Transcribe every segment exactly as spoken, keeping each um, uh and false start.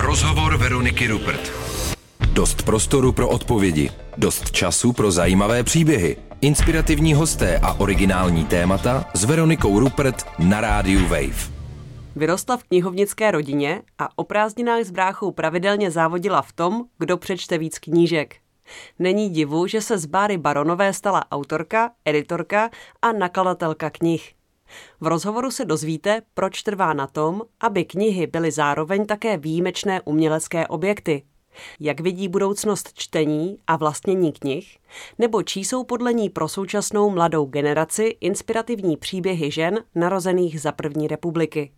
Rozhovor Veroniky Rupert. Dost prostoru pro odpovědi, dost času pro zajímavé příběhy, inspirativní hosté a originální témata s Veronikou Rupert na rádiu Wave. Vyrostla v knihovnické rodině a o prázdninách s bráchou pravidelně závodila v tom, kdo přečte víc knížek. Není divu, že se z Báry Baronové stala autorka, editorka a nakladatelka knih. V rozhovoru se dozvíte, proč trvá na tom, aby knihy byly zároveň také výjimečné umělecké objekty. Jak vidí budoucnost čtení a vlastnění knih, nebo čí jsou podle ní pro současnou mladou generaci inspirativní příběhy žen narozených za první republiky.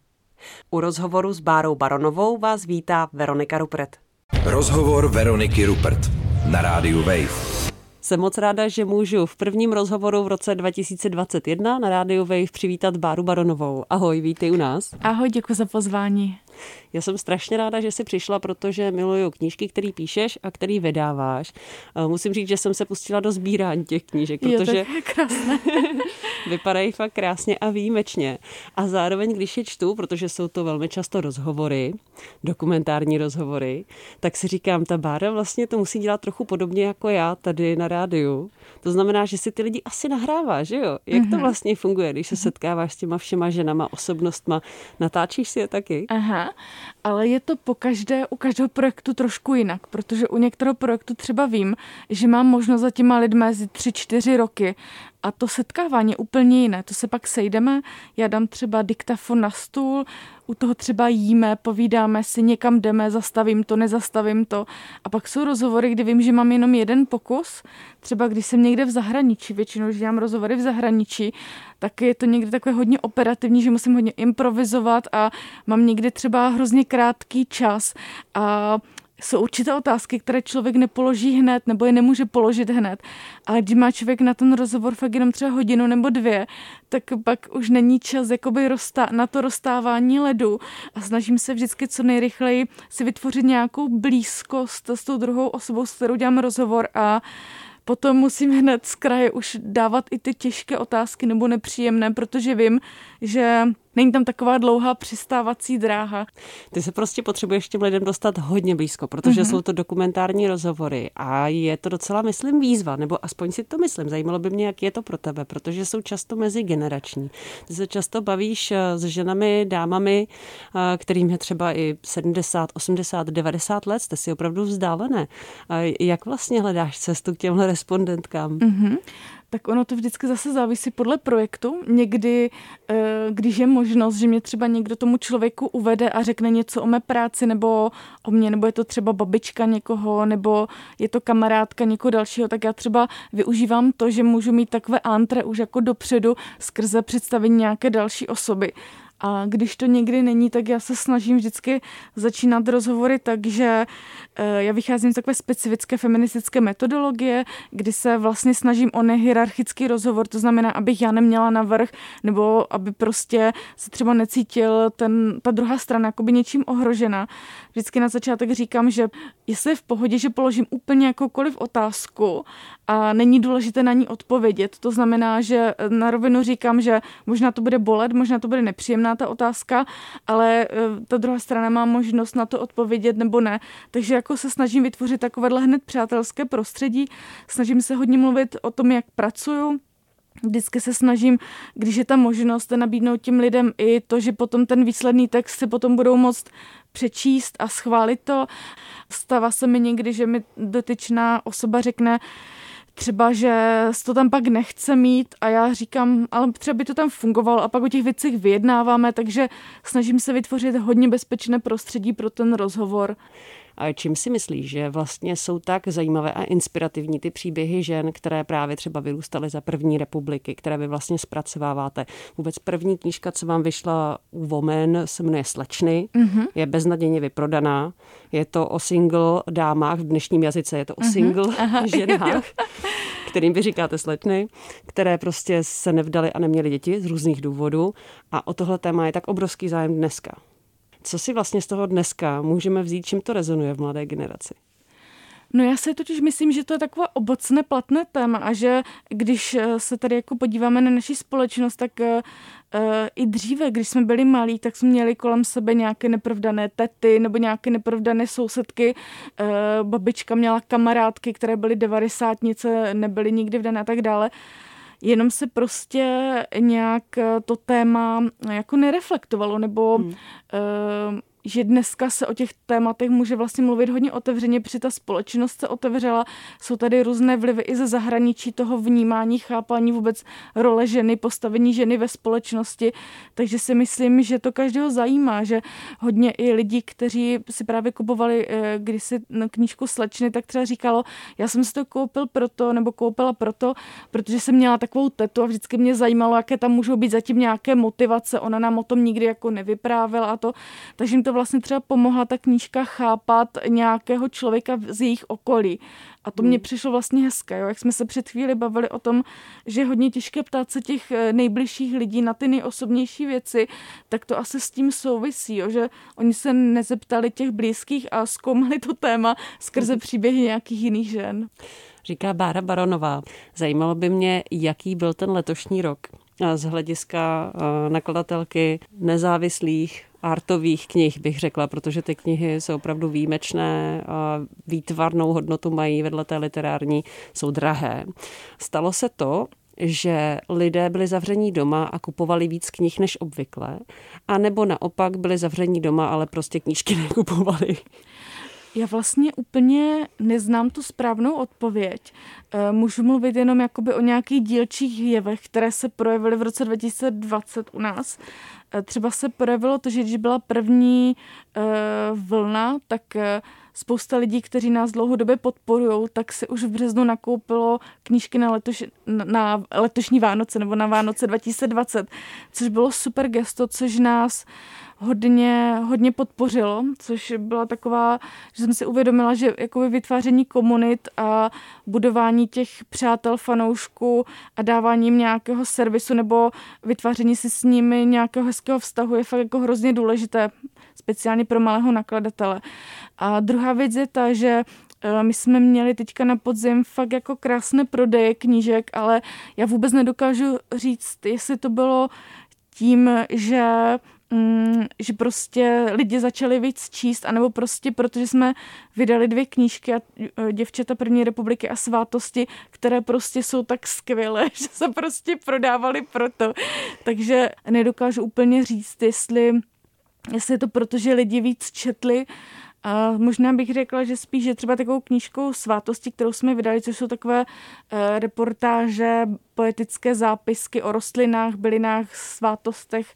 U rozhovoru s Bárou Baronovou vás vítá Veronika Rupert. Rozhovor Veroniky Rupert na rádiu Wave. Jsem moc ráda, že můžu v prvním rozhovoru v roce dva tisíce dvacet jedna na rádiu Wave přivítat Báru Baronovou. Ahoj, vítej u nás. Ahoj, děkuji za pozvání. Já jsem strašně ráda, že jsi přišla, protože miluju knížky, které píšeš a které vydáváš. Musím říct, že jsem se pustila do sbírání těch knížek, protože jo, tak krásné. vypadají fakt krásně a výjimečně. A zároveň, když je čtu, protože jsou to velmi často rozhovory, dokumentární rozhovory, tak si říkám, ta Bára vlastně to musí dělat trochu podobně jako já tady na rádiu. To znamená, že si ty lidi asi nahrává, že jo? Jak mm-hmm. to vlastně funguje, když se setkáváš s těma všema ženama, osobnostma? Natáčíš si je taky? Aha, ale je to po každé, u každého projektu trošku jinak, protože u některého projektu třeba vím, že mám možnost za těma lidmi mezi tři, čtyři roky a to setkávání je úplně jiné. To se pak sejdeme, já dám třeba diktafon na stůl, u toho třeba jíme, povídáme si, někam jdeme, zastavím to, nezastavím to. A pak jsou rozhovory, kdy vím, že mám jenom jeden pokus. Třeba když jsem někde v zahraničí, většinou, když dělám rozhovory v zahraničí, tak je to někdy takové hodně operativní, že musím hodně improvizovat a mám někdy třeba hrozně krátký čas a jsou určité otázky, které člověk nepoloží hned nebo je nemůže položit hned. Ale když má člověk na ten rozhovor fakt jenom třeba hodinu nebo dvě, tak pak už není čas jakoby roztá- na to roztávání ledu a snažím se vždycky co nejrychleji si vytvořit nějakou blízkost s tou druhou osobou, s kterou dělám rozhovor a potom musím hned z kraje už dávat i ty těžké otázky nebo nepříjemné, protože vím, že není tam taková dlouhá přistávací dráha. Ty se prostě potřebuješ těm lidem dostat hodně blízko, protože mm-hmm. jsou to dokumentární rozhovory a je to docela, myslím, výzva, nebo aspoň si to myslím. Zajímalo by mě, jak je to pro tebe, protože jsou často mezigenerační. Ty se často bavíš s ženami, dámami, kterým je třeba i sedmdesát, osmdesát, devadesát let, jste si opravdu vzdálené. Jak vlastně hledáš cestu k těmhle respondentkám? Mm-hmm. Tak ono to vždycky zase závisí podle projektu. Někdy, když je možnost, že mě třeba někdo tomu člověku uvede a řekne něco o mé práci nebo o mně, nebo je to třeba babička někoho, nebo je to kamarádka někoho dalšího, tak já třeba využívám to, že můžu mít takové antre už jako dopředu skrze představení nějaké další osoby. A když to někdy není, tak já se snažím vždycky začínat rozhovory tak, že já vycházím z takové specifické feministické metodologie, kdy se vlastně snažím o nehierarchický rozhovor, to znamená, abych já neměla navrch, nebo aby prostě se třeba necítil ten, ta druhá strana jakoby něčím ohrožena. Vždycky na začátek říkám, že jestli je v pohodě, že položím úplně jakoukoliv otázku a není důležité na ní odpovědět. To znamená, že na rovinu říkám, že možná to bude bolet, možná to bude nepříjemná ta otázka, ale ta druhá strana má možnost na to odpovědět nebo ne. Takže jako se snažím vytvořit takovéhle hned přátelské prostředí, snažím se hodně mluvit o tom, jak pracuju. Vždycky se snažím, když je ta možnost, nabídnout těm lidem i to, že potom ten výsledný text si potom budou moct přečíst a schválit to. Stává se mi někdy, že mi dotyčná osoba řekne třeba, že to tam pak nechce mít a já říkám, ale třeba by to tam fungovalo a pak o těch věcech vyjednáváme, takže snažím se vytvořit hodně bezpečné prostředí pro ten rozhovor. A čím si myslíš, že vlastně jsou tak zajímavé a inspirativní ty příběhy žen, které právě třeba vyrůstaly za první republiky, které vy vlastně zpracováváte? Vůbec první knížka, co vám vyšla u Women, se jmenuje Slečny, mm-hmm. je beznadějně vyprodaná. Je to o single dámách, v dnešním jazyce je to o single mm-hmm. ženách, kterým vy říkáte slečny, které prostě se nevdaly a neměly děti z různých důvodů. A o tohle téma je tak obrovský zájem dneska. Co si vlastně z toho dneska můžeme vzít, čím to rezonuje v mladé generaci? No já si totiž myslím, že to je takové obecné platné téma a že když se tady jako podíváme na naši společnost, tak i dříve, když jsme byli malí, tak jsme měli kolem sebe nějaké neprovdané tety nebo nějaké neprovdané sousedky. Babička měla kamarádky, které byly devadesátnice, nebyly nikdy vdané a tak dále. Jenom se prostě nějak to téma jako nereflektovalo, nebo hmm. uh, že dneska se o těch tématech může vlastně mluvit hodně otevřeně, protože ta společnost se otevřela, jsou tady různé vlivy i ze zahraničí toho vnímání, chápání vůbec role ženy, postavení ženy ve společnosti, takže si myslím, že to každého zajímá, že hodně i lidí, kteří si právě kupovali kdysi knížku Slečny, tak třeba říkalo, já jsem si to koupil proto, nebo koupila proto, protože jsem měla takovou tetu a vždycky mě zajímalo, jaké tam můžou být zatím nějaké motivace, ona nám o tom nikdy jako nevyprávěla a to, takže jim to vlastně třeba pomohla ta knížka chápat nějakého člověka z jejich okolí. A to mně přišlo vlastně hezké, jo? Jak jsme se před chvíli bavili o tom, že je hodně těžké ptát se těch nejbližších lidí na ty nejosobnější věci, tak to asi s tím souvisí, jo? Že oni se nezeptali těch blízkých a zkoumali to téma skrze příběhy nějakých jiných žen. Říká Bára Baronová. Zajímalo by mě, jaký byl ten letošní rok z hlediska nakladatelky nezávislých artových knih, bych řekla, protože ty knihy jsou opravdu výjimečné, výtvarnou hodnotu mají vedle té literární, jsou drahé. Stalo se to, že lidé byli zavření doma a kupovali víc knih než obvykle, anebo naopak byli zavření doma, ale prostě knížky nekupovali? Já vlastně úplně neznám tu správnou odpověď. Můžu mluvit jenom jakoby o nějakých dílčích jevech, které se projevily v roce dva tisíce dvacet u nás. Třeba se projevilo to, že když byla první vlna, tak spousta lidí, kteří nás dlouhodobě podporují, tak si už v březnu nakoupilo knížky na, letoš, na letošní Vánoce nebo na Vánoce dva tisíce dvacet, což bylo super gesto, což nás hodně, hodně podpořilo, což byla taková, že jsem si uvědomila, že jakoby vytváření komunit a budování těch přátel, fanoušků a dávání jim nějakého servisu nebo vytváření si s nimi nějakého hezkého vztahu je fakt jako hrozně důležité, speciálně pro malého nakladatele. A druhá věc je ta, že my jsme měli teďka na podzim fakt jako krásné prodeje knížek, ale já vůbec nedokážu říct, jestli to bylo tím, že Mm, že prostě lidi začali víc číst, anebo prostě protože jsme vydali dvě knížky a Děvčata první republiky a Svátosti, které prostě jsou tak skvělé, že se prostě prodávaly proto. Takže nedokážu úplně říct, jestli, jestli je to proto, že lidi víc četli. A možná bych řekla, že spíš, že třeba takovou knížkou Svátosti, kterou jsme vydali, což jsou takové e, reportáže, poetické zápisky o rostlinách, bylinách, svátostech,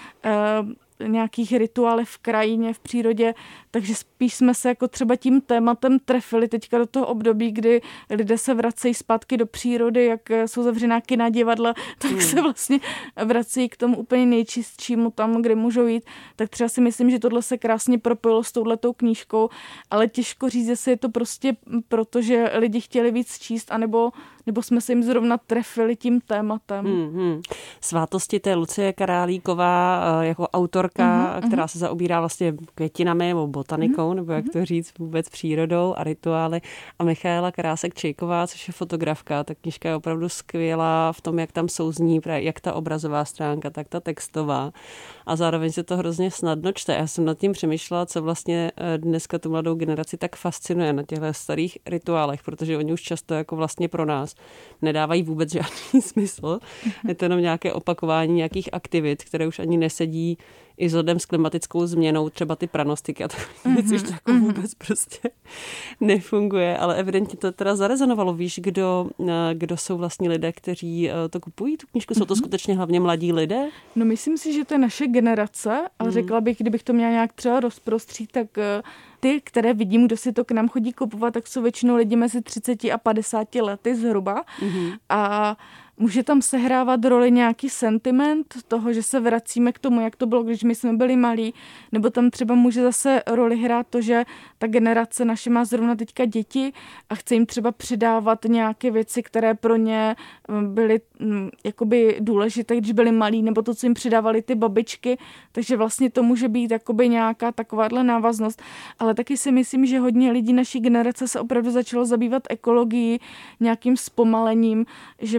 nějakých rituálech v krajině, v přírodě, takže spíš jsme se jako třeba tím tématem trefili teďka do toho období, kdy lidé se vracejí zpátky do přírody, jak jsou zavřená kina, divadla, tak hmm. se vlastně vrací k tomu úplně nejčistšímu tam, kde můžou jít. Tak třeba si myslím, že tohle se krásně propojilo s touhletou knížkou, ale těžko říct, jestli je to prostě proto, že lidi chtěli víc číst, anebo nebo jsme se jim zrovna trefili tím tématem. Hmm, hmm. Svátosti, to je Lucie Králíková jako autorka, hmm, která hmm. se zaobírá vlastně květinami nebo botanikou, hmm. nebo jak to říct, vůbec přírodou a rituály. A Michaela Krásek-Čejková, což je fotografka, ta knížka je opravdu skvělá v tom, jak tam souzní, jak ta obrazová stránka, tak ta textová. A zároveň se to hrozně snadno čte. Já jsem nad tím přemýšlela, co vlastně dneska tu mladou generaci tak fascinuje na těchto starých rituálech, protože oni už často jako vlastně pro nás nedávají vůbec žádný smysl. Je to jenom nějaké opakování nějakých aktivit, které už ani nesedí i vzhledem s klimatickou změnou, třeba ty pranostiky a takové věci, mm-hmm. jako vůbec prostě nefunguje, ale evidentně to teda zarezonovalo. Víš, kdo, kdo jsou vlastně lidé, kteří to kupují, tu knížku? Jsou to mm-hmm. skutečně hlavně mladí lidé? No myslím si, že to je naše generace a mm. řekla bych, kdybych to měla nějak třeba rozprostřít, tak ty, které vidím, kdo si to k nám chodí kupovat, tak jsou většinou lidi mezi třicet a padesát lety zhruba. Mm-hmm. A může tam sehrávat roli nějaký sentiment toho, že se vracíme k tomu, jak to bylo, když my jsme byli malí, nebo tam třeba může zase roli hrát to, že ta generace naše má zrovna teďka děti a chce jim třeba přidávat nějaké věci, které pro ně byly m, jakoby důležité, když byli malí, nebo to, co jim přidávali ty babičky, takže vlastně to může být jakoby nějaká takováhle návaznost, ale taky si myslím, že hodně lidí naší generace se opravdu začalo zabývat ekologií, nějakým zpomalením, že prostě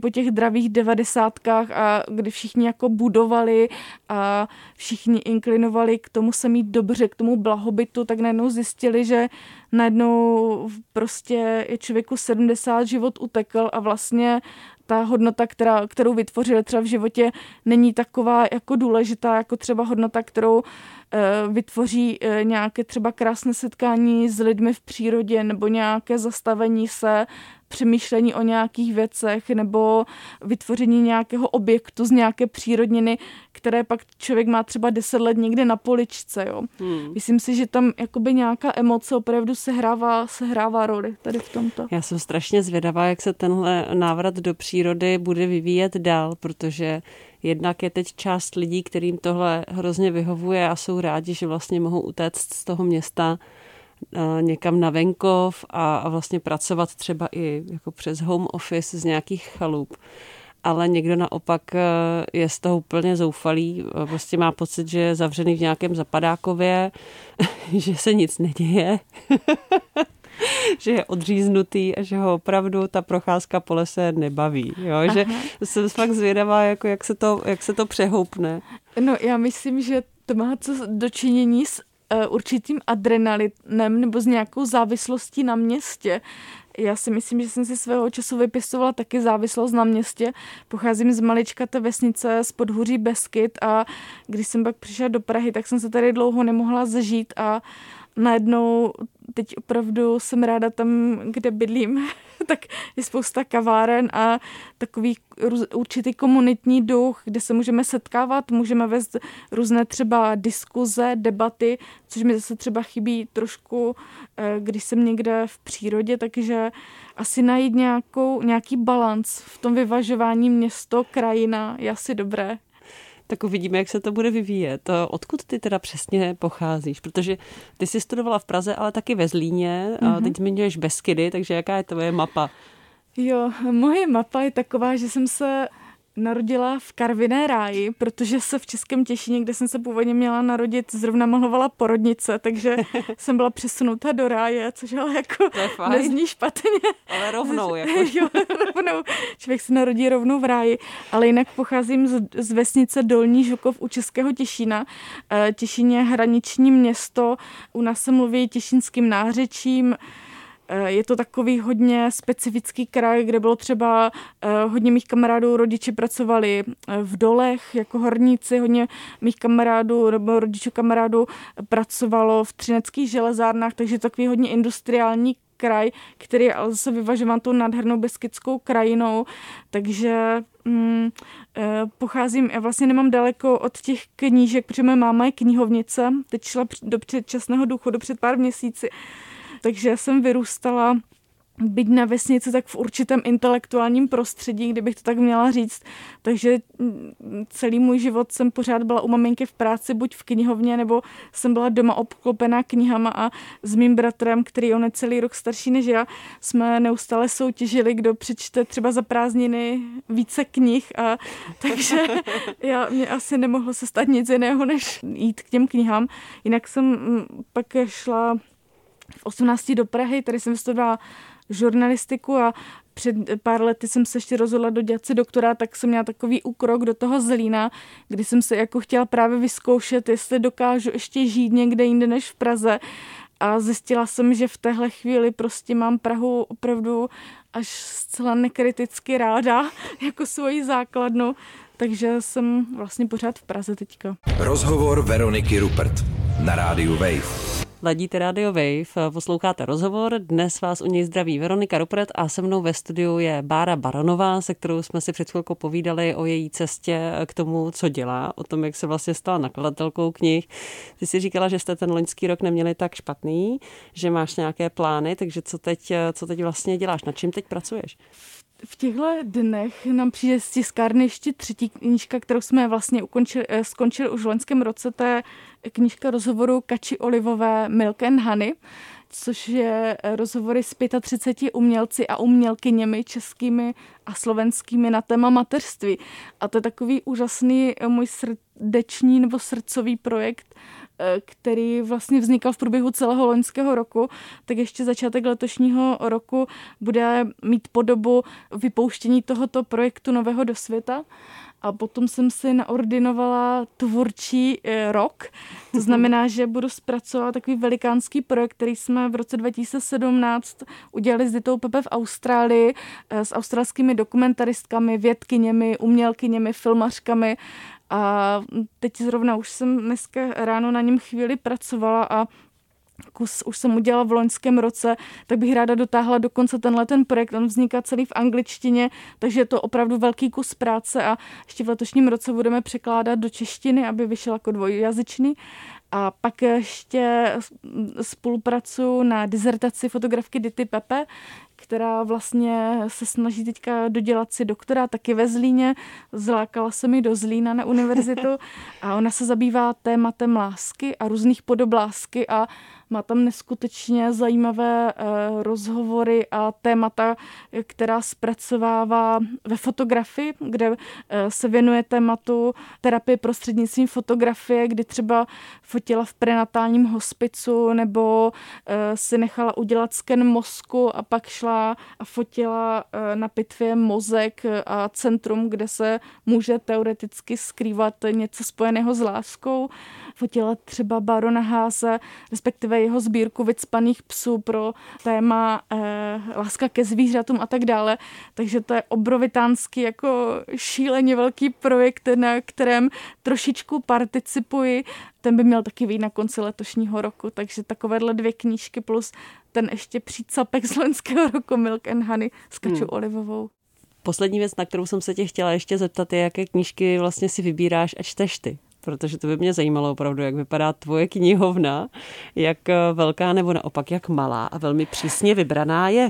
po těch dravých devadesátkách a kdy všichni jako budovali a všichni inklinovali k tomu se mít dobře, k tomu blahobytu, tak najednou zjistili, že najednou prostě je člověku sedmdesát, život utekl a vlastně ta hodnota, která, kterou vytvořili třeba v životě, není taková jako důležitá, jako třeba hodnota, kterou e, vytvoří e, nějaké třeba krásné setkání s lidmi v přírodě nebo nějaké zastavení se, přemýšlení o nějakých věcech nebo vytvoření nějakého objektu z nějaké přírodniny, které pak člověk má třeba deset let někde na poličce. Jo. Hmm. Myslím si, že tam jakoby nějaká emoce opravdu sehrává, sehrává roli tady v tomto. Já jsem strašně zvědavá, jak se tenhle návrat do přírody bude vyvíjet dál, protože jednak je teď část lidí, kterým tohle hrozně vyhovuje a jsou rádi, že vlastně mohou utéct z toho města někam na venkov a, a vlastně pracovat třeba i jako přes home office z nějakých chalup. Ale někdo naopak je z toho úplně zoufalý, prostě má pocit, že je zavřený v nějakém zapadákově, že se nic neděje, že je odříznutý a že ho opravdu ta procházka po lese nebaví. Jo? Že jsem fakt zvědavá, jako jak, se to, jak se to přehoupne. No já myslím, že to má co dočinění s určitým adrenalinem nebo s nějakou závislostí na městě. Já si myslím, že jsem si svého času vypěstovala taky závislost na městě. Pocházím z maličkaté vesnice z podhůří Beskyd a když jsem pak přišla do Prahy, tak jsem se tady dlouho nemohla zažít a najednou teď opravdu jsem ráda tam, kde bydlím, tak je spousta kaváren a takový určitý komunitní duch, kde se můžeme setkávat, můžeme vést různé třeba diskuze, debaty, což mi zase třeba chybí trošku, když jsem někde v přírodě, takže asi najít nějakou, nějaký balanc v tom vyvažování město, krajina je asi dobré. Tak uvidíme, jak se to bude vyvíjet. Odkud ty teda přesně pocházíš? Protože ty jsi studovala v Praze, ale taky ve Zlíně. Mm-hmm. A teď zmiňuješ Beskydy, takže jaká je tvoje mapa? Jo, moje mapa je taková, že jsem se narodila v Karviné ráji, protože se v Českém Těšíně, kde jsem se původně měla narodit, zrovna malovala porodnice, takže jsem byla přesunuta do ráje, což ale jako nezní špatně. Ale rovnou. Jako. Jo, rovnou. Člověk se narodí rovnou v ráji, ale jinak pocházím z, z vesnice Dolní Žukov u Českého Těšína. Těšín je hraniční město, u nás se mluví těšínským nářečím. Je to takový hodně specifický kraj, kde bylo třeba hodně mých kamarádů, rodiči pracovali v dolech jako horníci, hodně mých kamarádů nebo rodičů kamarádů pracovalo v třineckých železárnách, takže takový hodně industriální kraj, který je ale zase vyvažován tou nádhernou beskydskou krajinou, takže mm, pocházím, já vlastně nemám daleko od těch knížek, protože moje máma je knihovnice, teď šla do předčasného důchodu před pár měsíci, takže jsem vyrůstala, byť na vesnici, tak v určitém intelektuálním prostředí, kdybych to tak měla říct. Takže celý můj život jsem pořád byla u maminky v práci, buď v knihovně, nebo jsem byla doma obklopená knihama a s mým bratrem, který on je celý rok starší než já, jsme neustále soutěžili, kdo přečte třeba za prázdniny více knih. A takže já, mě asi nemohlo se stát nic jiného, než jít k těm knihám. Jinak jsem pak šla v osmnácti do Prahy, tady jsem studovala žurnalistiku a před pár lety jsem se ještě rozhodla dodělat si doktora, tak jsem měla takový úkrok do toho Zlína, kdy jsem se jako chtěla právě vyzkoušet, jestli dokážu ještě žít někde jinde než v Praze. A zjistila jsem, že v téhle chvíli prostě mám Prahu opravdu až zcela nekriticky ráda, jako svoji základnu. Takže jsem vlastně pořád v Praze teďka. Rozhovor Veroniky Rupert na rádiu Wave. Ladíte Radio Wave, posloucháte rozhovor, dnes vás u něj zdraví Veronika Rupert a se mnou ve studiu je Bára Baronová, se kterou jsme si před chvilkou povídali o její cestě k tomu, co dělá, o tom, jak se vlastně stala nakladatelkou knih. Ty si říkala, že jste ten loňský rok neměli tak špatný, že máš nějaké plány, takže co teď, co teď vlastně děláš, nad čím teď pracuješ? V těchto dnech nám přijde z tiskárny ještě třetí knížka, kterou jsme vlastně ukončili, skončili už v loňském roce. To je knížka rozhovoru Kači Olivové Milk and Honey, což je rozhovory s třiceti pěti umělci a umělkyněmi českými a slovenskými na téma mateřství. A to je takový úžasný můj srdeční nebo srdcový projekt, který vlastně vznikal v průběhu celého loňského roku, tak ještě začátek letošního roku bude mít podobu vypouštění tohoto projektu Nového do světa. A potom jsem si naordinovala tvůrčí rok. To znamená, že budu zpracovat takový velikánský projekt, který jsme v roce dva tisíce sedmnáct udělali s Ditou Pepe v Austrálii s australskými dokumentaristkami, vědkyněmi, umělkyněmi, filmařkami. A teď zrovna už jsem dneska ráno na něm chvíli pracovala a kus už jsem udělala v loňském roce, tak bych ráda dotáhla dokonce tenhle ten projekt. On vzniká celý v angličtině, takže je to opravdu velký kus práce a ještě v letošním roce budeme překládat do češtiny, aby vyšel jako dvojjazyčný. A pak ještě spolupracuji na dizertaci fotografky Dity Pepe, která vlastně se snaží teďka dodělat si doktora taky ve Zlíně. Zlákala se mi do Zlína na univerzitu a ona se zabývá tématem lásky a různých podob lásky a má tam neskutečně zajímavé eh, rozhovory a témata, která zpracovává ve fotografii, kde eh, se věnuje tématu terapie prostřednictvím fotografie, kdy třeba fotila v prenatálním hospicu nebo eh, si nechala udělat sken mozku a pak šla a fotila eh, na pitvě mozek a centrum, kde se může teoreticky skrývat něco spojeného s láskou. Fotila třeba barona Haase, respektive jeho sbírku vycpaných psů pro téma eh, láska ke zvířatům a tak dále. Takže to je obrovitánský jako šíleně velký projekt, na kterém trošičku participuji. Ten by měl taky vyjít na konci letošního roku, takže takovéhle dvě knížky plus ten ještě přícapek z loňského roku Milk and Honey s Kačou hmm. Olivovou. Poslední věc, na kterou jsem se tě chtěla ještě zeptat, je, jaké knížky vlastně si vybíráš a čteš ty. Protože to by mě zajímalo opravdu, jak vypadá tvoje knihovna, jak velká nebo naopak jak malá a velmi přísně vybraná je.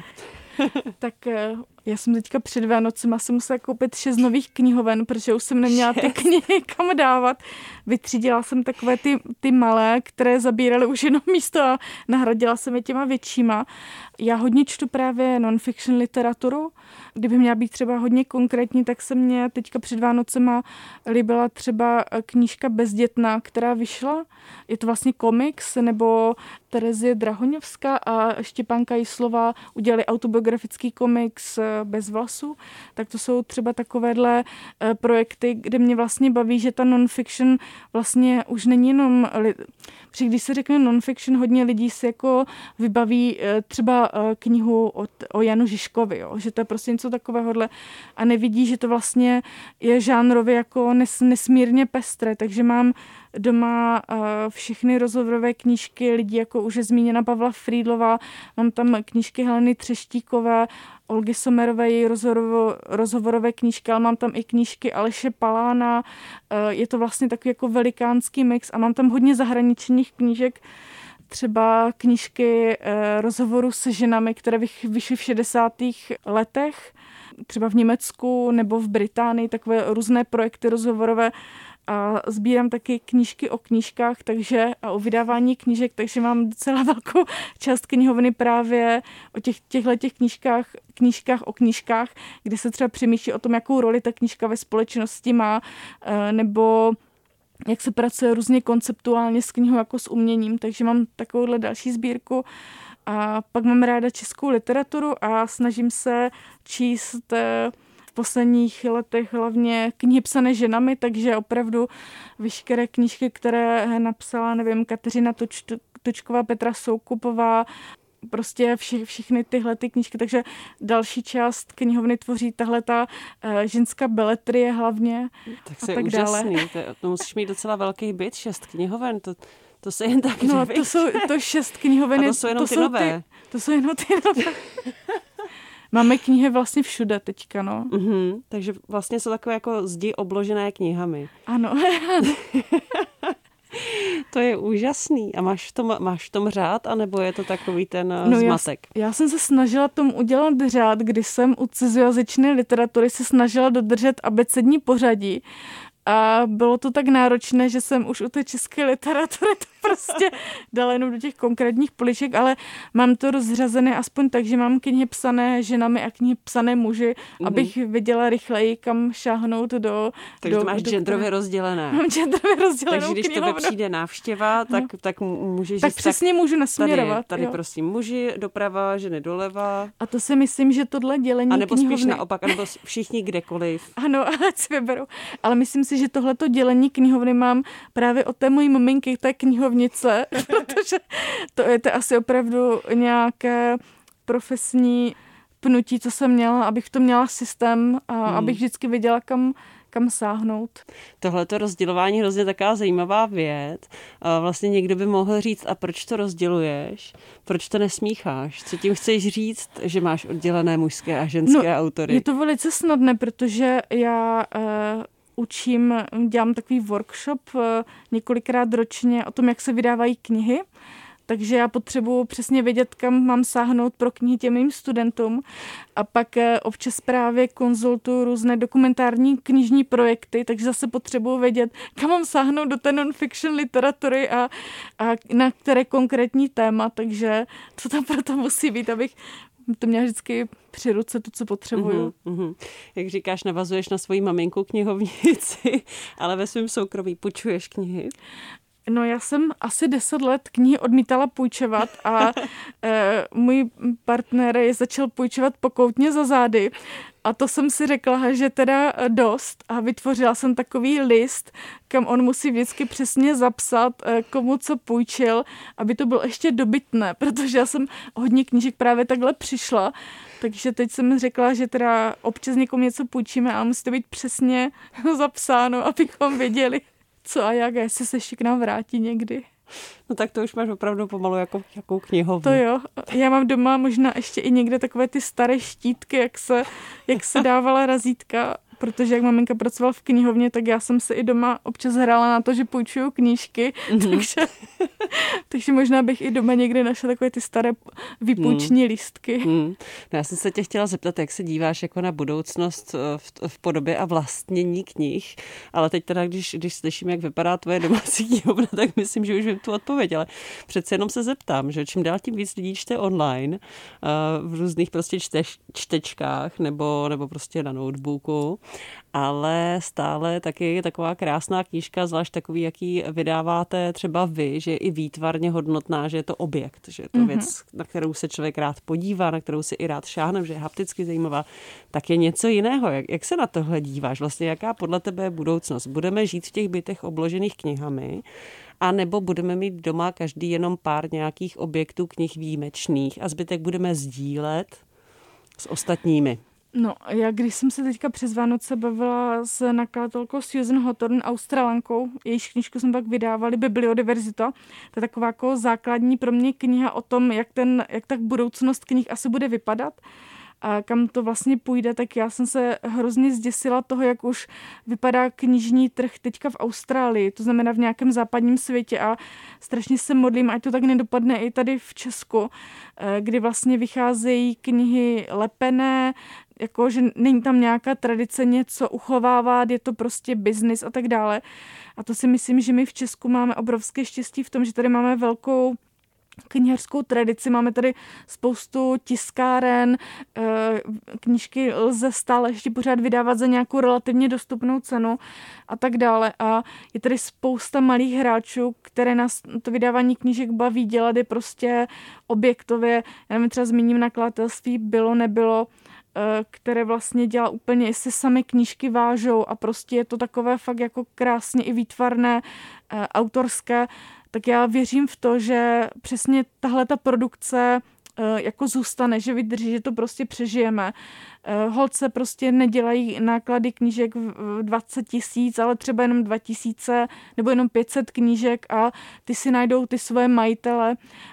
Tak já jsem teďka před Vánocema jsem musela koupit šest nových knihoven, protože už jsem neměla ty knihy kam dávat. Vytřídila jsem takové ty, ty malé, které zabíraly už jenom místo a nahradila jsem je těma většíma. Já hodně čtu právě non-fiction literaturu. Kdyby měla být třeba hodně konkrétní, tak se mě teďka před Vánocema líbila třeba knížka Bezdětná, která vyšla. Je to vlastně komiks, nebo Terezie Drahoňovská a Štěpán Kajslová udělali autobiografický komiks Bez vlasů. Tak to jsou třeba takovéhle projekty, kde mě vlastně baví, že ta non-fiction vlastně už není jenom... Protože když se řekne non-fiction, hodně lidí si jako vybaví třeba knihu od, o Janu Žižkovi, jo? Že to je prostě něco takovéhohle a nevidí, že to vlastně je žánrově jako nes, nesmírně pestré, takže mám doma uh, všechny rozhovorové knížky lidí, jako už je zmíněna Pavla Frýdlová, mám tam knížky Heleny Třeštíkové, Olgy Somerové, její rozhovorovo, rozhovorové knížky, ale mám tam i knížky Aleše Palána, uh, je to vlastně takový jako velikánský mix a mám tam hodně zahraničních knížek, třeba knížky uh, rozhovorů se ženami, které vyšly v šedesátých letech, třeba v Německu nebo v Británii, takové různé projekty rozhovorové. A sbírám taky knížky o knížkách takže, a o vydávání knížek, takže mám docela velkou část knihovny právě o těch, těchto knížkách, knížkách o knížkách, kde se třeba přemýšlí o tom, jakou roli ta knížka ve společnosti má, nebo jak se pracuje různě konceptuálně s knihou jako s uměním, takže mám takovouhle další sbírku. A pak mám ráda českou literaturu a snažím se číst v posledních letech hlavně knihy psané ženami, takže opravdu veškeré knížky, které napsala, nevím, Kateřina Tuč, Tučková, Petra Soukupová, prostě vši, všechny tyhle ty knížky, takže další část knihovny tvoří tahleta uh, ženská beletrie hlavně. Tak to je úžasný, to, to musíš mít docela velký byt, šest knihoven, to, to se jen tak No to jsou to šest knihoven. A to jsou jenom to ty jsou nové. Ty, to jsou jenom ty nové. Máme knihy vlastně všude teďka, no. Mm-hmm, takže vlastně jsou takové jako zdi obložené knihami. Ano. To je úžasný. A máš v tom, máš v tom řád, anebo je to takový ten no zmatek? Já, já jsem se snažila tomu udělat řád, kdy jsem u cizojazyčné literatury se snažila dodržet abecední pořadí. a bylo to tak náročné, že jsem už u té české literatury to prostě dala jenom do těch konkrétních poliček, ale mám to rozřazené aspoň tak, že mám knihy psané ženami a knihy psané muži, mm-hmm. abych viděla rychleji, kam šáhnout do... Takže do, máš do, genderově rozdělené. Mám genderově rozdělenou Takže když knihovnu. tebe přijde návštěva, tak, no. tak můžeš tak říct... přesně tak můžu nasměrovat. Tady, tady jo. prosím muži doprava, ženy doleva. A to si myslím, že tohle dělení A nebo knihovny... spíš naopak, anebo všichni kdekoliv. Ano, ať si vyberou. Ale myslím si, že tohleto dělení knihovny mám právě od té mojí maminky, té knihovnice, protože to je to asi opravdu nějaké profesní pnutí, co jsem měla, abych v tom měla systém a hmm. abych vždycky věděla, kam, kam sáhnout. Tohleto rozdělování je hrozně taková zajímavá věc. Vlastně někdo by mohl říct, a proč to rozděluješ? Proč to nesmícháš? Co tím chceš říct, že máš oddělené mužské a ženské no, autory? Je to velice snadné, protože já... Uh, učím, dělám takový workshop několikrát ročně o tom, jak se vydávají knihy. Takže já potřebuji přesně vědět, kam mám sáhnout pro knihy těm mým studentům. A pak občas právě konzultuju různé dokumentární knižní projekty, takže zase potřebuji vědět, kam mám sáhnout do té non-fiction literatury a, a na které konkrétní téma. Takže to tam proto musí být, abych to měla vždycky při ruce to, co potřebuju. Uhum, uhum. Jak říkáš, navazuješ na svoji maminku knihovnici, ale ve svém soukromí půjčuješ knihy? No já jsem asi deset let knihy odmítala půjčovat a e, můj partner je začal půjčovat pokoutně za zády. A to jsem si řekla, že teda dost a vytvořila jsem takový list, kam on musí vždycky přesně zapsat, komu co půjčil, aby to bylo ještě dobytné, protože já jsem hodně knížek právě takhle přišla, takže teď jsem řekla, že teda občas někomu něco půjčíme, ale musí to být přesně zapsáno, abychom věděli, co a jak, a jestli se ještě k nám vrátí někdy. No tak to už máš opravdu pomalu jako jakou knihovnu. To jo. Já mám doma možná ještě i někde takové ty staré štítky, jak se, jak se dávala razítka, protože jak maminka pracovala v knihovně, tak já jsem se i doma občas hrála na to, že půjčuju knížky, mm-hmm. takže, takže možná bych i doma někde našla takové ty staré výpůjční mm. lístky. Mm. No já jsem se tě chtěla zeptat, jak se díváš jako na budoucnost v, v podobě a vlastnění knih, ale teď teda, když, když slyším, jak vypadá tvoje domácí knihovna, tak myslím, že už vím tu odpověď, ale přece jenom se zeptám, že čím dál tím víc lidí čte online, v různých prostě čteš, čtečkách nebo, nebo prostě na notebooku, ale stále taky je taková krásná knížka, zvlášť takový, jaký vydáváte třeba vy, že je i výtvarně hodnotná, že je to objekt, že je to mm-hmm. věc, na kterou se člověk rád podívá, na kterou si i rád šáhne, že je hapticky zajímavá, tak je něco jiného. Jak, jak se na tohle díváš? Vlastně jaká podle tebe je budoucnost? Budeme žít v těch bytech obložených knihami, a nebo budeme mít doma každý jenom pár nějakých objektů knih výjimečných a zbytek budeme sdílet s ostatními? No, já když jsem se teďka přes Vánoce bavila s nakladatelkou Susan Hawthorne, Australankou, jejíž knížku jsme pak vydávali, Bibliodiverzita. To je taková jako základní pro mě kniha o tom, jak, ten, jak tak budoucnost knih asi bude vypadat a kam to vlastně půjde, tak já jsem se hrozně zděsila toho, jak už vypadá knižní trh teďka v Austrálii, to znamená v nějakém západním světě a strašně se modlím, ať to tak nedopadne i tady v Česku, kdy vlastně vycházejí knihy lepené, jako, že není tam nějaká tradice něco uchovávat, je to prostě biznis a tak dále. A to si myslím, že my v Česku máme obrovské štěstí v tom, že tady máme velkou knihařskou tradici, máme tady spoustu tiskáren, knížky lze stále ještě pořád vydávat za nějakou relativně dostupnou cenu a tak dále. A je tady spousta malých hráčů, které nás to vydávání knížek baví dělat, je prostě objektově, já nevím, třeba zmíním nakladatelství Bylo nebylo, které vlastně dělá úplně, jestli sami knížky vážou a prostě je to takové fakt jako krásně i výtvarné, autorské, tak já věřím v to, že přesně tahle ta produkce jako zůstane, že vydrží, že to prostě přežijeme. Holce prostě nedělají náklady knížek v dvacet tisíc, ale třeba jenom dva tisíce nebo jenom pět set knížek a ty si najdou ty svoje majitele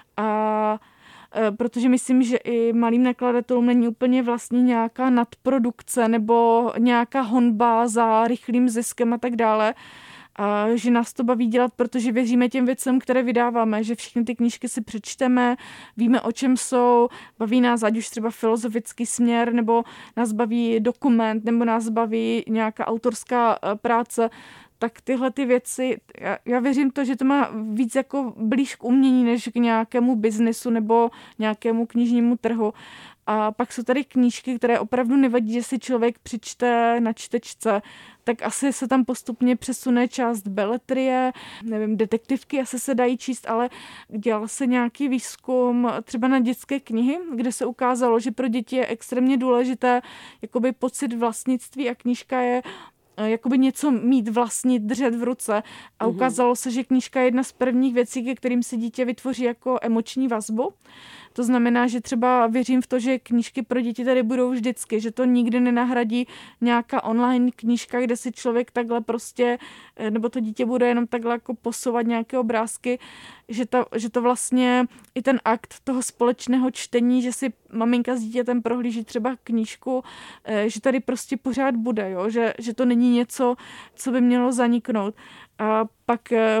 a protože myslím, že i malým nakladatelům není úplně vlastně nějaká nadprodukce nebo nějaká honba za rychlým ziskem a tak dále. A že nás to baví dělat, protože věříme těm věcem, které vydáváme, že všechny ty knížky si přečteme, víme, o čem jsou, baví nás ať už třeba filozofický směr, nebo nás baví dokument, nebo nás baví nějaká autorská práce, tak tyhle ty věci, já, já věřím to, že to má víc jako blíž k umění, než k nějakému biznesu nebo nějakému knižnímu trhu. A pak jsou tady knížky, které opravdu nevadí, že si člověk přečte na čtečce, tak asi se tam postupně přesune část beletrie, nevím, detektivky asi se dají číst, ale dělal se nějaký výzkum třeba na dětské knihy, kde se ukázalo, že pro děti je extrémně důležité jakoby pocit vlastnictví a knížka je jakoby něco mít vlastní, držet v ruce. A ukázalo se, že knížka je jedna z prvních věcí, ke kterým si dítě vytvoří jako emoční vazbu. To znamená, že třeba věřím v to, že knížky pro děti tady budou vždycky, že to nikdy nenahradí nějaká online knížka, kde si člověk takhle prostě, nebo to dítě bude jenom takhle jako posouvat nějaké obrázky, že to, že to vlastně i ten akt toho společného čtení, že si maminka s dítětem prohlíží třeba knížku, že tady prostě pořád bude, jo? Že, že to není něco, co by mělo zaniknout. A pak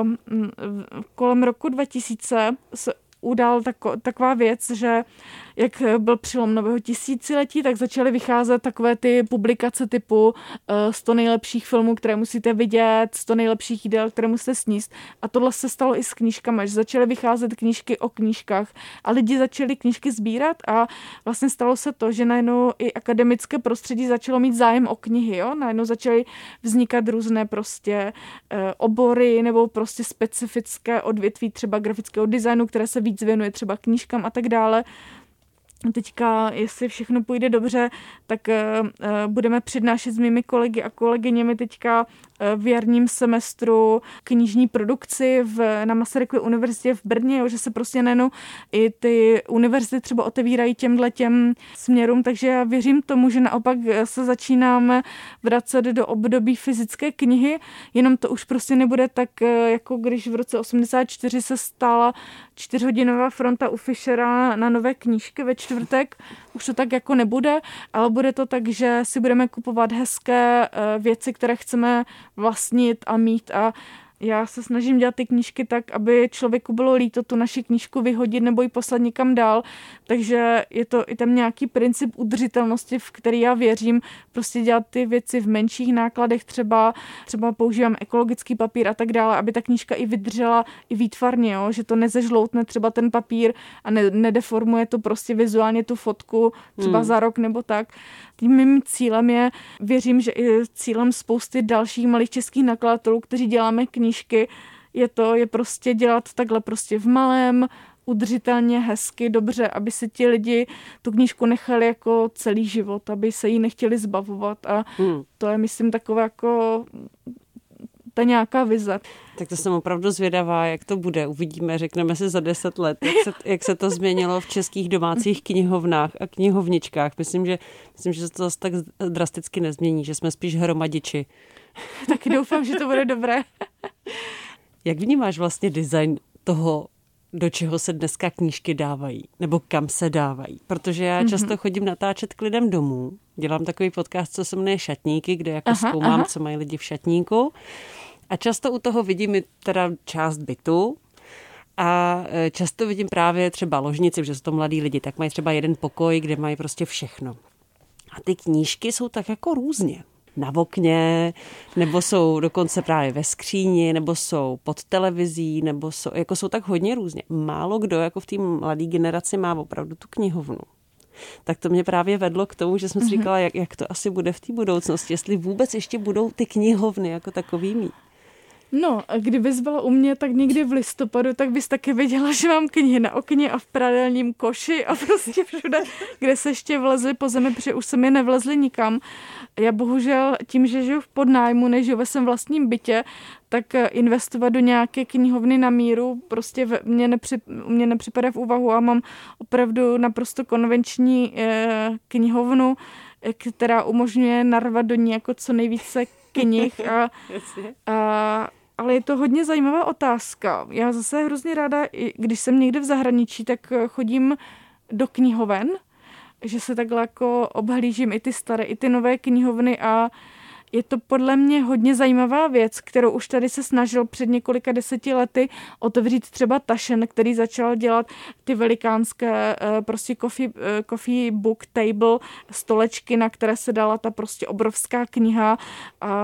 kolem roku dva tisíce se udal tako, taková věc, že jak byl přelom nového tisíciletí, tak začaly vycházet takové ty publikace typu uh, sto nejlepších filmů, které musíte vidět, sto nejlepších jídel, které musíte sníst. A tohle se stalo i s knížkami, že začaly vycházet knížky o knížkách a lidi začali knížky sbírat a vlastně stalo se to, že najednou i akademické prostředí začalo mít zájem o knihy, jo? Najednou začaly vznikat různé prostě uh, obory nebo prostě specifické odvětví třeba grafického designu, které se víc věnuje třeba knížkám a tak dále. Teďka, jestli všechno půjde dobře, tak uh, budeme přednášet s mými kolegy a kolegyněmi teďka uh, v jarním semestru knižní produkci v, na Masarykově univerzitě v Brně, jo, že se prostě najednou i ty univerzity třeba otevírají těmhle těm směrům, takže já věřím tomu, že naopak se začínáme vracet do období fyzické knihy, jenom to už prostě nebude tak, uh, jako když v roce osmdesát čtyři se stala čtyřhodinová fronta u Fischera na nové knížky ve čtvrtek. Už to tak jako nebude, ale bude to tak, že si budeme kupovat hezké věci, které chceme vlastnit a mít a já se snažím dělat ty knížky tak, aby člověku bylo líto tu naši knížku vyhodit nebo ji poslat někam dál. Takže je to i tam nějaký princip udržitelnosti, v který já věřím. Prostě dělat ty věci v menších nákladech, třeba, třeba používám ekologický papír a tak dále, aby ta knížka i vydržela i výtvarně, jo? Že to nezežloutne třeba ten papír a ne, nedeformuje to prostě vizuálně tu fotku třeba hmm. za rok nebo tak. Tím mým cílem je, věřím, že i cílem spousty dalších malých českých nakladatelů, kteří děláme knížky, je to, je prostě dělat takhle prostě v malém, udržitelně, hezky, dobře, aby si ti lidi tu knížku nechali jako celý život, aby se jí nechtěli zbavovat a hmm. to je, myslím, takové jako ta nějaká vize. Tak to jsem opravdu zvědavá, jak to bude. Uvidíme, řekneme si za deset let, jak se, jak se to změnilo v českých domácích knihovnách a knihovničkách. Myslím, že, myslím, že se to zase tak drasticky nezmění, že jsme spíš hromadiči. Taky doufám, že to bude dobré. Jak vnímáš vlastně design toho, do čeho se dneska knížky dávají, nebo kam se dávají? Protože já často chodím natáčet k lidem domů. Dělám takový podcast, co se jmenuje Šatníky, kde jako aha, zkoumám, aha. co mají lidi v šatníku. A často u toho vidím i teda část bytu a často vidím právě třeba ložnici, protože jsou to mladí lidi, tak mají třeba jeden pokoj, kde mají prostě všechno. A ty knížky jsou tak jako různě. Na okně, nebo jsou dokonce právě ve skříni, nebo jsou pod televizí, nebo jsou, jako jsou tak hodně různě. Málo kdo jako v té mladé generaci má opravdu tu knihovnu. Tak to mě právě vedlo k tomu, že jsem si říkala, jak, jak to asi bude v té budoucnosti, jestli vůbec ještě budou ty knihovny jako takový mít. No, kdybys byla u mě tak někdy v listopadu, tak bys taky viděla, že mám knihy na okně a v pradelním koši a prostě všude, kde se ještě vlezly po zemi, protože už se mi nevlezly nikam. Já bohužel tím, že žiju v podnájmu, nežiju ve svém vlastním bytě, tak investovat do nějaké knihovny na míru prostě mě, nepři, mě nepřipadá v úvahu a mám opravdu naprosto konvenční eh, knihovnu, která umožňuje narvat do ní jako co nejvíce knih a, a ale je to hodně zajímavá otázka. Já zase hrozně ráda, když jsem někde v zahraničí, tak chodím do knihoven, že se takhle jako obhlížím i ty staré, i ty nové knihovny a je to podle mě hodně zajímavá věc, kterou už tady se snažil před několika deseti lety otevřít třeba Taschen, který začal dělat ty velikánské prostě coffee, coffee book table, stolečky, na které se dala ta prostě obrovská kniha a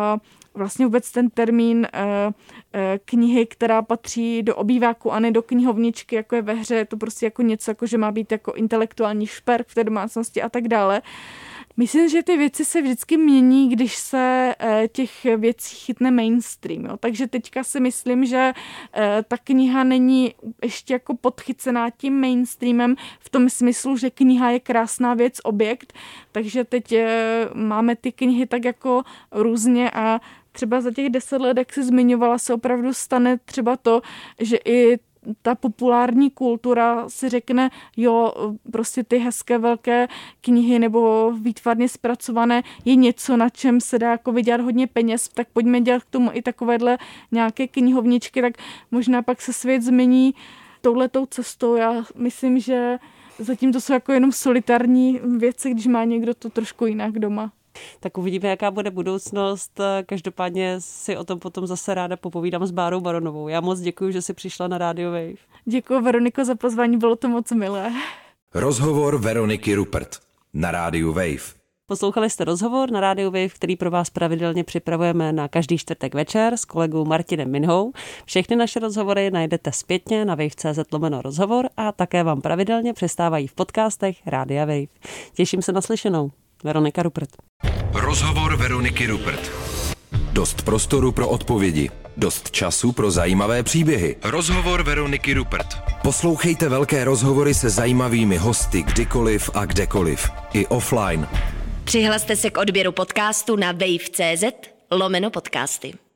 vlastně vůbec ten termín knihy, která patří do obýváku a ne do knihovničky, jako je ve hře, je to prostě jako něco, jako že má být jako intelektuální šperk v té domácnosti a tak dále. Myslím, že ty věci se vždycky mění, když se těch věcí chytne mainstream. Jo. Takže teďka si myslím, že ta kniha není ještě jako podchycená tím mainstreamem v tom smyslu, že kniha je krásná věc, objekt. Takže teď máme ty knihy tak jako různě a třeba za těch deset let, jak jsi zmiňovala, se opravdu stane třeba to, že i ta populární kultura si řekne, jo, prostě ty hezké velké knihy nebo výtvarně zpracované je něco, na čem se dá jako vydělat hodně peněz, tak pojďme dělat k tomu i takovéhle nějaké knihovničky, tak možná pak se svět změní touhletou cestou. Já myslím, že zatím to jsou jako jenom solitární věci, když má někdo to trošku jinak doma. Tak uvidíme, jaká bude budoucnost. Každopádně si o tom potom zase ráda popovídám s Bárou Baronovou. Já moc děkuji, že jsi přišla na Radio Wave. Děkuji, Veroniko, za pozvání, bylo to moc milé. Rozhovor Veroniky Rupert na rádiu Wave. Poslouchali jste rozhovor na Radio Wave, který pro vás pravidelně připravujeme na každý čtvrtek večer s kolegou Martinem Minhou. Všechny naše rozhovory najdete zpětně na wave tečka cé zet lomeno rozhovor a také vám pravidelně přistávají v podcastech Rádia Wave. Těším se na slyšenou. Veronika Rupert. Rozhovor Veroniky Rupert. Dost prostoru pro odpovědi, dost času pro zajímavé příběhy. Rozhovor Veroniky Rupert. Poslouchejte velké rozhovory se zajímavými hosty kdykoliv a kdekoliv. I offline. Přihlaste se k odběru podcastu na wave tečka cé zet lomeno podcasty.